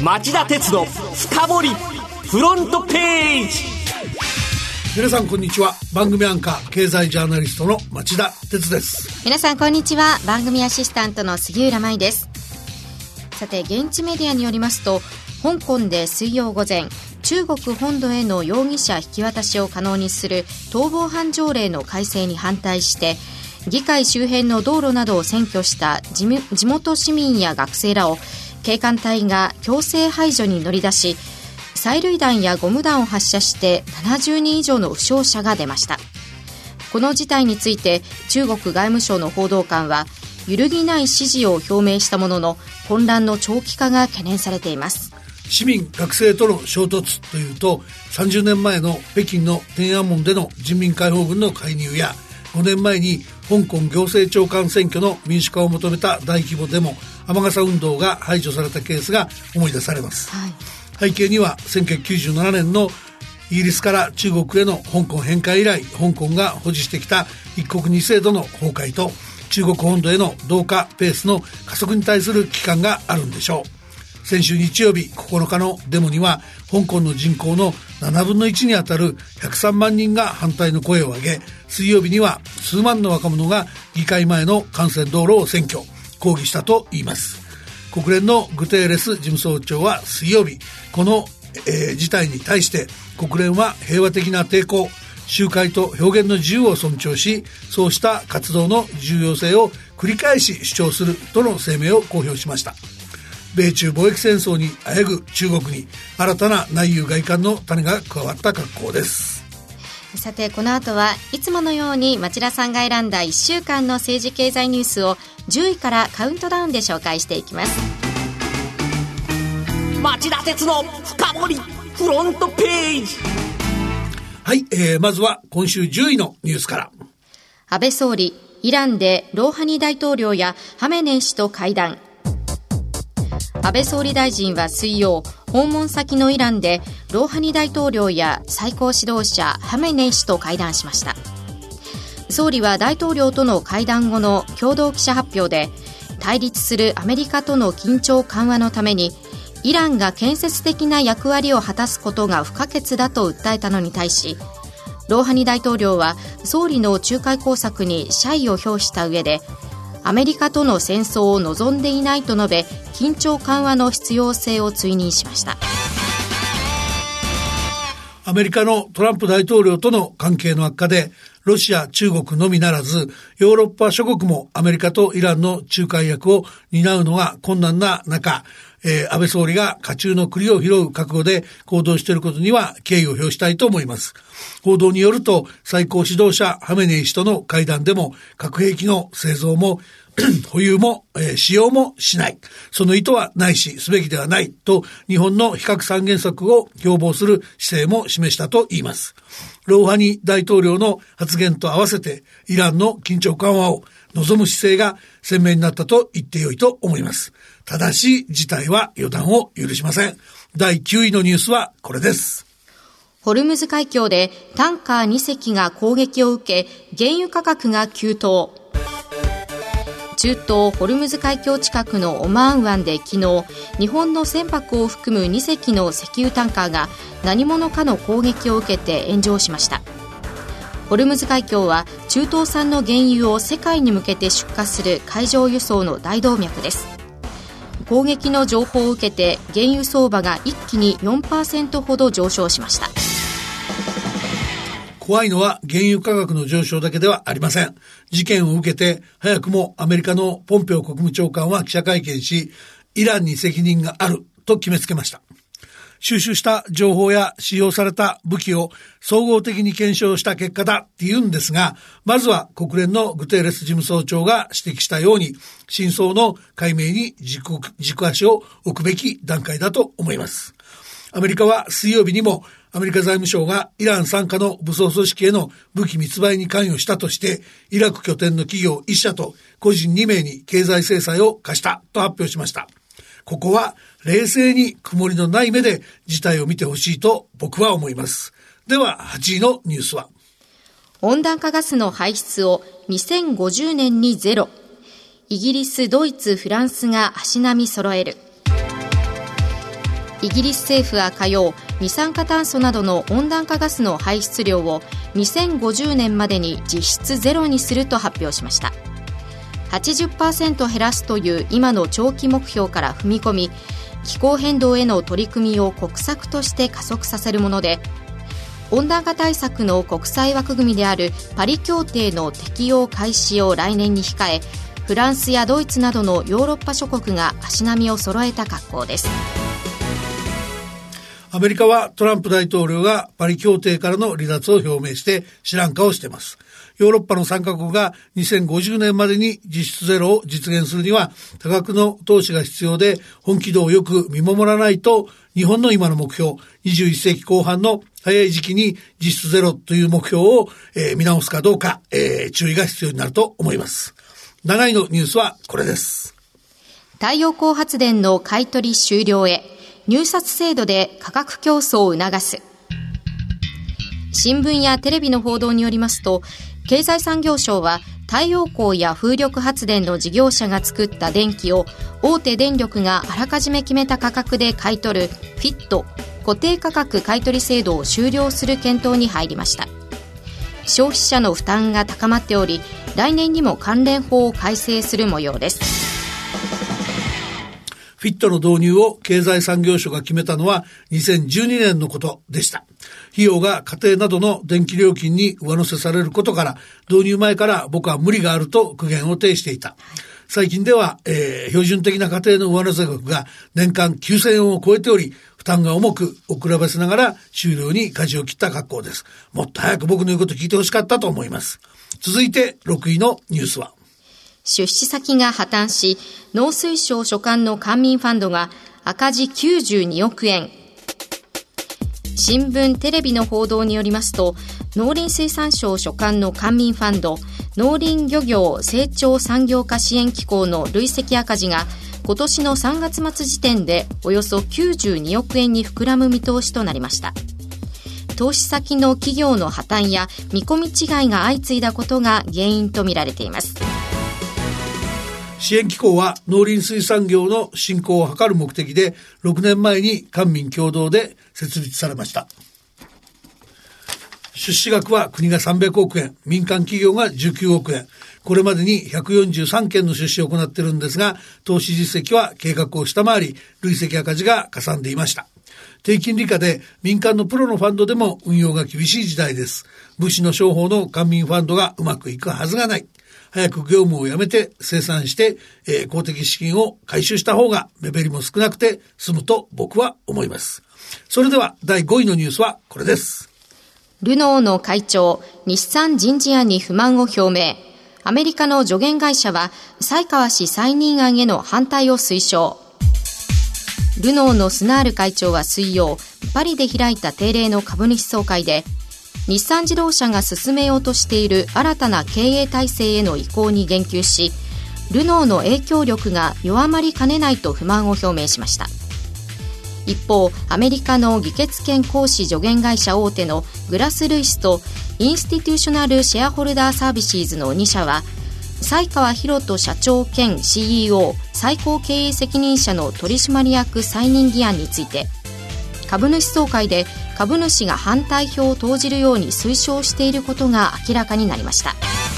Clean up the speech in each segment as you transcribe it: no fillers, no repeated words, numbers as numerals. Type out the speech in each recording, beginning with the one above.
町田鉄の深掘りフロントページ。 皆さんこんにちは。番組アンカー経済ジャーナリストの町田鉄です。 皆さんこんにちは。番組アシスタントの杉浦舞です。さて、現地メディアによりますと、香港で水曜午前、中国本土への容疑者引き渡しを可能にする逃亡犯条例の改正に反対して、議会周辺の道路などを占拠した地元市民や学生らを警官隊が強制排除に乗り出し、催涙弾やゴム弾を発射して70人以上の負傷者が出ました。この事態について中国外務省の報道官は、揺るぎない支持を表明したものの、混乱の長期化が懸念されています。 市民学生との衝突というと、30年前の北京の天安門での人民解放軍の介入や、5年前に香港行政長官選挙の民主化を求めた大規模デモ、雨傘運動が排除されたケースが思い出されます、背景には1997年のイギリスから中国への香港返還以来、香港が保持してきた一国二制度の崩壊と、中国本土への同化ペースの加速に対する危機感があるんでしょう。先週日曜日9日のデモには、香港の人口の7分の1にあたる103万人が反対の声を上げ、水曜日には数万の若者が議会前の幹線道路を占拠、抗議したといいます。国連のグテーレス事務総長は水曜日、この、事態に対して国連は平和的な抵抗、集会と表現の自由を尊重し、そうした活動の重要性を繰り返し主張するとの声明を公表しました。米中貿易戦争にあえぐ中国に新たな内憂外患の種が加わった格好です。 さて、この後はいつものように町田さんが選んだ1週間の政治経済ニュースを10位からカウントダウンで紹介していきます。 町田鉄の深掘りフロントページ。 はい、まずは今週10位のニュースから。 安倍総理、イランでローハニ大統領やハメネイ師と会談。安倍総理大臣は水曜、訪問先のイランでローハニ大統領や最高指導者ハメネイ師と会談しました。総理は大統領との会談後の共同記者発表で、対立するアメリカとの緊張緩和のためにイランが建設的な役割を果たすことが不可欠だと訴えたのに対し、ローハニ大統領は総理の仲介工作に謝意を表した上で、アメリカとの戦争を望んでいないと述べ、緊張緩和の必要性を追認しました。 アメリカのトランプ大統領との関係の悪化で、ロシア、中国のみならずヨーロッパ諸国もアメリカとイランの仲介役を担うのが困難な中、安倍総理が火中の栗を拾う覚悟で行動していることには敬意を表したいと思います。報道によると、最高指導者ハメネイ師との会談でも、核兵器の製造も保有も、使用もしない、その意図はないしすべきではないと、日本の非核三原則を標榜する姿勢も示したといいます。ローハニ大統領の発言と合わせて、イランの緊張緩和を望む姿勢が鮮明になったと言ってよいと思います。ただし事態は予断を許しません。第9位のニュースはこれです。 ホルムズ海峡でタンカー2隻が攻撃を受け、原油価格が急騰。中東ホルムズ海峡近くのオマーン湾で昨日、日本の船舶を含む2隻の石油タンカーが何者かの攻撃を受けて炎上しました。ホルムズ海峡は中東産の原油を世界に向けて出荷する海上輸送の大動脈です。攻撃の情報を受けて原油相場が一気に 4% ほど上昇しました。 怖いのは原油価格の上昇だけではありません。事件を受けて早くもアメリカのポンペオ国務長官は記者会見し、イランに責任があると決めつけました。収集した情報や使用された武器を総合的に検証した結果だって言うんですが、まずは国連のグテーレス事務総長が指摘したように、真相の解明に軸足を置くべき段階だと思います。アメリカは水曜日にもアメリカ財務省がイラン傘下の武装組織への武器密売に関与したとして、イラク拠点の企業1社と個人2名に経済制裁を課したと発表しました。ここは冷静に曇りのない目で事態を見てほしいと僕は思います。では8位のニュースは、 温暖化ガスの排出を2050年にゼロ。イギリス、ドイツ、フランスが足並み揃える。 イギリス政府は火曜、二酸化炭素などの温暖化ガスの排出量を2050年までに実質ゼロにすると発表しました。80% 減らすという今の長期目標から踏み込み、気候変動への取り組みを国策として加速させるもので、温暖化対策の国際枠組みであるパリ協定の適用開始を来年に控え、フランスやドイツなどのヨーロッパ諸国が足並みを揃えた格好です。 アメリカはトランプ大統領がパリ協定からの離脱を表明して知らん顔をしています。ヨーロッパの3カ国が2050年までに実質ゼロを実現するには多額の投資が必要で、本気度をよく見守らないと日本の今の目標、21世紀後半の早い時期に実質ゼロという目標を、見直すかどうか、注意が必要になると思います。長いのニュースはこれです。 太陽光発電の買取終了へ、入札制度で価格競争を促す。新聞やテレビの報道によりますと、経済産業省は太陽光や風力発電の事業者が作った電気を大手電力があらかじめ決めた価格で買い取るフィット固定価格買取制度を終了する検討に入りました。消費者の負担が高まっており、来年にも関連法を改正する模様です。 フィットの導入を経済産業省が決めたのは2012年のことでした。費用が家庭などの電気料金に上乗せされることから、導入前から僕は無理があると苦言を呈していた。最近では、標準的な家庭の上乗せ額が年間9000円を超えており、負担が重く遅らばせながら終了に舵を切った格好です。もっと早く僕の言うこと聞いてほしかったと思います。続いて6位のニュースは、 出資先が破綻し、農水省所管の官民ファンドが赤字92億円。新聞、テレビの報道によりますと、農林水産省所管の官民ファンド、農林漁業成長産業化支援機構の累積赤字が今年の3月末時点でおよそ92億円に膨らむ見通しとなりました。投資先の企業の破綻や見込み違いが相次いだことが原因とみられています。 支援機構は農林水産業の振興を図る目的で6年前に官民共同で設立されました。出資額は国が300億円、民間企業が19億円。これまでに143件の出資を行っているんですが、投資実績は計画を下回り、累積赤字がかさんでいました。低金利下で民間のプロのファンドでも運用が厳しい時代です。物資の商法の官民ファンドがうまくいくはずがない。早く業務をやめて生産して、公的資金を回収した方が目減りも少なくて済むと僕は思います。それでは第5位のニュースはこれです。 ルノーの会長、日産人事案に不満を表明。アメリカの助言会社は才川氏再任案への反対を推奨。ルノーのスナール会長は水曜、パリで開いた定例の株主総会で、日産自動車が進めようとしている新たな経営体制への移行に言及し、ルノーの影響力が弱まりかねないと不満を表明しました。一方、アメリカの議決権行使助言会社大手のグラス・ルイスとインスティテューショナル・シェアホルダー・サービスズの2社は、才川博人社長兼 CEO 最高経営責任者の取締役再任議案について、株主総会で株主が反対票を投じるように推奨していることが明らかになりました。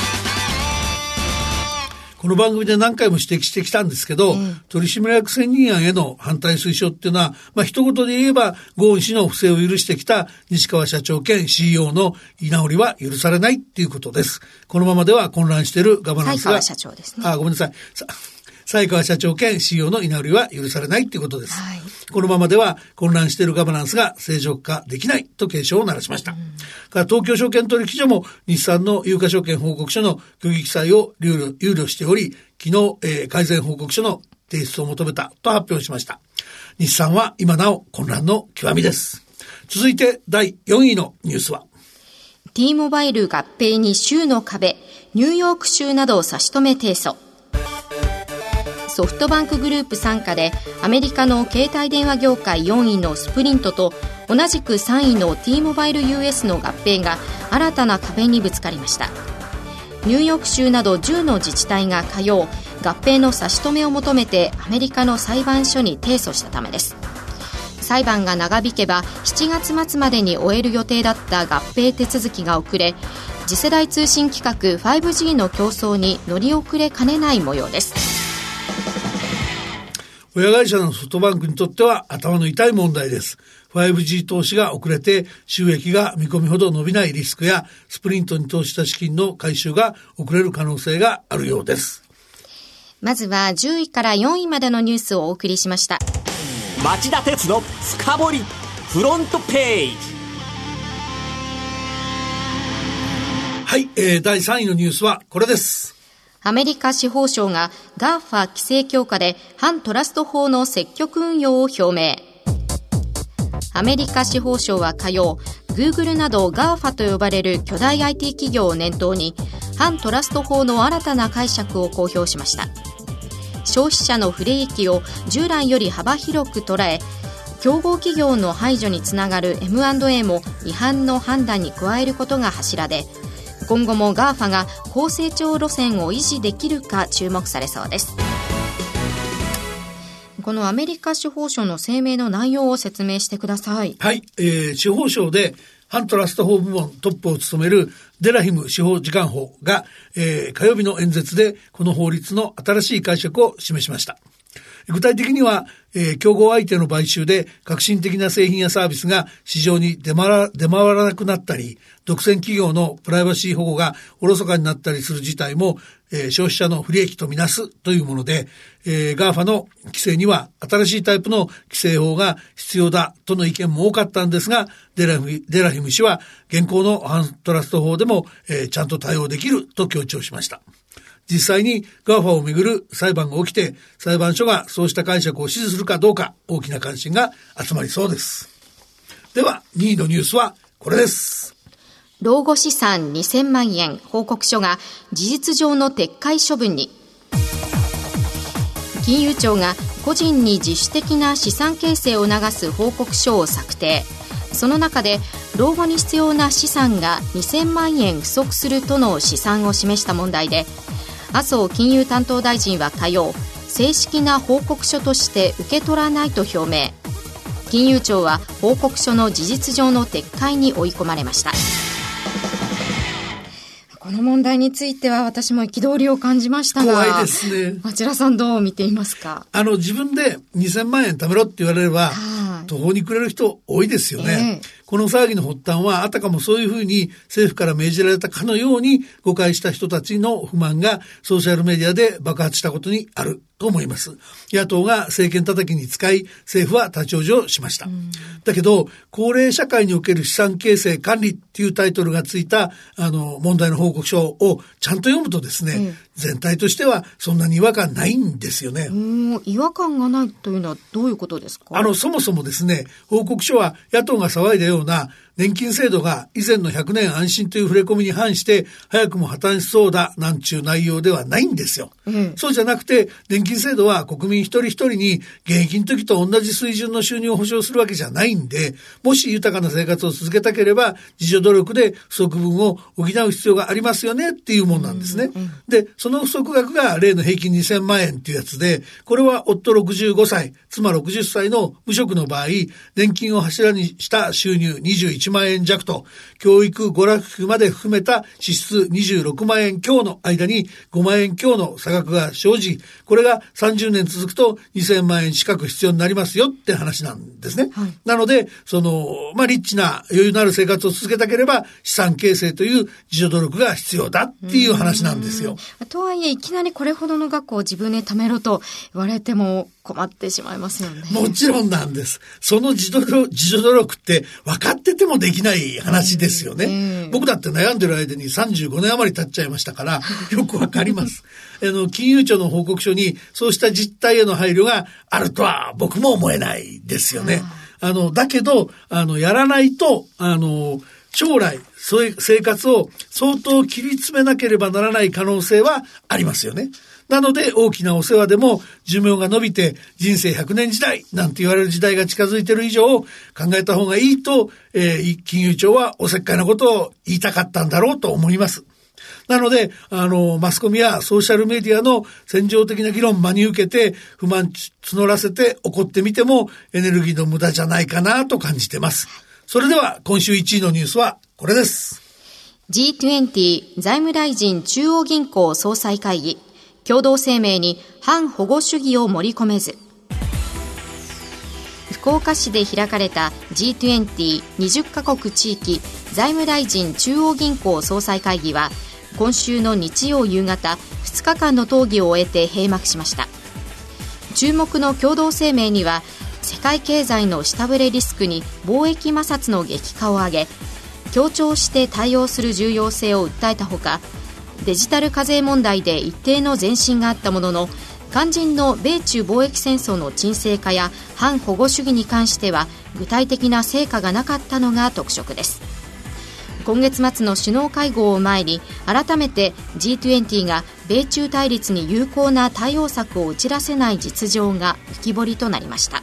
この番組で何回も指摘してきたんですけど、取締役選任案への反対推奨っていうのは、一言で言えばゴーン氏の不正を許してきた西川社長兼 CEO の居直りは許されないっていうことです。このままでは混乱しているガバナンスが、 才川社長ですね。 ごめんなさい。才川社長兼 CEO の居直りは許されないということです、このままでは混乱しているガバナンスが正常化できないと警鐘を鳴らしました、から東京証券取引所も日産の有価証券報告書の虚偽記載を憂慮しており、昨日、改善報告書の提出を求めたと発表しました。日産は今なお混乱の極みです。続いて第4位のニュースは、 T モバイル合併に州の壁、ニューヨーク州などを差し止め提訴。ソフトバンクグループ傘下でアメリカの携帯電話業界4位のスプリントと同じく3位の T モバイル US の合併が新たな壁にぶつかりました。ニューヨーク州など10の自治体が火曜、合併の差し止めを求めてアメリカの裁判所に提訴したためです。 裁判が長引けば7月末までに終える予定だった合併手続きが遅れ、次世代通信規格 5G の競争に乗り遅れかねない模様です。 親会社のソフトバンクにとっては頭の痛い問題です。5G 投資が遅れて収益が見込みほど伸びないリスクや、スプリントに投資した資金の回収が遅れる可能性があるようです。 まずは10位から4位までのニュースをお送りしました。 町田鉄の深掘りフロントページ。 はい、第3位のニュースはこれです。 アメリカ司法省が GAFA 規制強化で反トラスト法の積極運用を表明。アメリカ司法省は火曜、Google など GAFA と呼ばれる巨大 IT 企業を念頭に反トラスト法の新たな解釈を公表しました。消費者の不利益を従来より幅広く捉え、競合企業の排除につながる M&A も違反の判断に加えることが柱で、今後も GAFA が高成長路線を維持できるか注目されそうです。このアメリカ司法省の声明の内容を説明してください。 はい、司法省で反トラスト法部門トップを務めるデラヒム司法次官補が、火曜日の演説でこの法律の新しい解釈を示しました。具体的には、競合相手の買収で革新的な製品やサービスが市場に出回らなくなったり、独占企業のプライバシー保護がおろそかになったりする事態も、消費者の不利益とみなすというもので、GAFA の規制には新しいタイプの規制法が必要だとの意見も多かったんですが、デラヒム氏は現行の反トラスト法でも、ちゃんと対応できると強調しました。実際に GAFA をめぐる裁判が起きて、裁判所がそうした解釈を支持するかどうか、大きな関心が集まりそうです。では2位のニュースはこれです。 老後資産2000万円報告書が事実上の撤回処分に。金融庁が個人に自主的な資産形成を促す報告書を策定。その中で老後に必要な資産が2000万円不足するとの試算を示した問題で、麻生金融担当大臣は火曜、正式な報告書として受け取らないと表明。金融庁は報告書の事実上の撤回に追い込まれました。この問題については私も憤りを感じましたが、 怖いですね。 町田さんどう見ていますか？ 自分で2000万円貯めろって言われれば途方に暮れる人多いですよね。この騒ぎの発端はあたかもそういうふうに政府から命じられたかのように誤解した人たちの不満がソーシャルメディアで爆発したことにあると思います。野党が政権叩きに使い、政府は立ち往生しました。だけど高齢社会における資産形成管理っていうタイトルがついた問題の報告書をちゃんと読むとですね、全体としてはそんなに違和感ないんですよね。 違和感がないというのはどういうことですか？ そもそもですね、報告書は野党が騒いだような年金制度が以前の100年安心という触れ込みに反して早くも破綻しそうだなんちゅう内容ではないんですよ。そうじゃなくて、年金制度は国民一人一人に現役の時と同じ水準の収入を保障するわけじゃないんで、もし豊かな生活を続けたければ自助努力で不足分を補う必要がありますよねっていうもんなんですね。で、その不足額が例の平均2000万円っていうやつで、これは夫65歳、妻60歳の無職の場合、年金を柱にした収入21万円弱と、教育娯楽費まで含めた支出26万円強の間に5万円強の差額が生じ、これが30年続くと2000万円近く必要になりますよって話なんですね。なので、リッチな余裕のある生活を続けたければ資産形成という自助努力が必要だっていう話なんですよ。 とはいえ、いきなりこれほどの額を自分で貯めろと言われても困ってしまいますよね。 もちろんなんです。その自助努力って分かっててもできない話ですよね。僕だって悩んでる間に35年余り経っちゃいましたからよくわかります。金融庁の報告書にそうした実態への配慮があるとは僕も思えないですよね。だけどやらないと将来生活を相当切り詰めなければならない可能性はありますよね。なので大きなお世話でも寿命が伸びて人生100年時代なんて言われる時代が近づいている以上考えた方がいいと、金融庁はおせっかいなことを言いたかったんだろうと思います。 なのでマスコミやソーシャルメディアの戦場的な議論真に受けて不満募らせて怒ってみてもエネルギーの無駄じゃないかなと感じてます。それでは今週1位のニュースはこれです。 G20 財務大臣中央銀行総裁会議、共同声明に反保護主義を盛り込めず。福岡市で開かれた G2020 カ国地域財務大臣中央銀行総裁会議は今週の日曜夕方2日間の討議を終えて閉幕しました。注目の共同声明には世界経済の下振れリスクに貿易摩擦の激化を挙げ、協調して対応する重要性を訴えたほか、デジタル課税問題で一定の前進があったものの、肝心の米中貿易戦争の沈静化や反保護主義に関しては具体的な成果がなかったのが特色です。今月末の首脳会合を前に改めて G20 が米中対立に有効な対応策を打ち出せない実情が浮き彫りとなりました。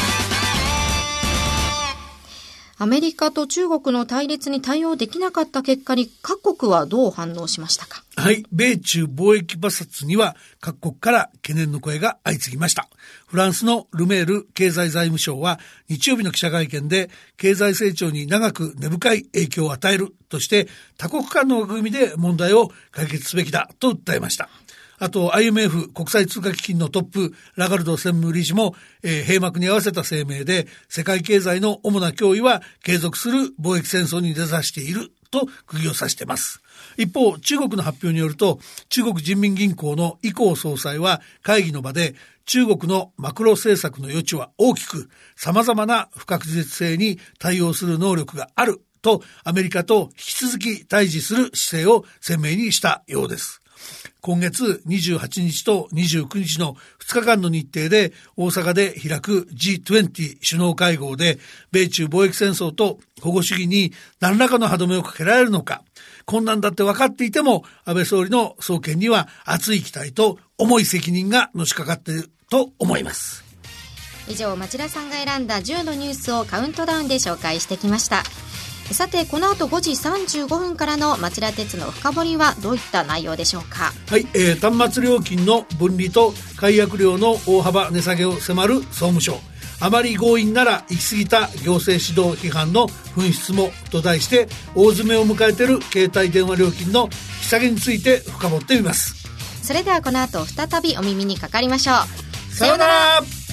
アメリカと中国の対立に対応できなかった結果に各国はどう反応しましたか。 はい、米中貿易摩擦には各国から懸念の声が相次ぎました。フランスのルメール経済財務相は日曜日の記者会見で経済成長に長く根深い影響を与えるとして多国間の枠組みで問題を解決すべきだと訴えました。あと IMF 国際通貨基金のトップラガルド専務理事も、閉幕に合わせた声明で世界経済の主な脅威は継続する貿易戦争に根ざしていると釘を刺しています。一方中国の発表によると中国人民銀行の易綱総裁は会議の場で中国のマクロ政策の余地は大きく様々な不確実性に対応する能力があるとアメリカと引き続き対峙する姿勢を鮮明にしたようです。今月28日と29日の2日間の日程で大阪で開く G20 首脳会合で米中貿易戦争と保護主義に何らかの歯止めをかけられるのか、困難だって分かっていても安倍総理の総見には熱い期待と重い責任がのしかかっていると思います。 以上、町田さんが選んだ10のニュースをカウントダウンで紹介してきました。さてこの後5時35分からの町田鉄の深掘りはどういった内容でしょうか。 はい、端末料金の分離と解約料の大幅値下げを迫る総務省、あまり強引なら行き過ぎた行政指導批判の噴出もと題して大詰めを迎えている携帯電話料金の引き下げについて深掘ってみます。 それではこの後再びお耳にかかりましょう。 さようなら。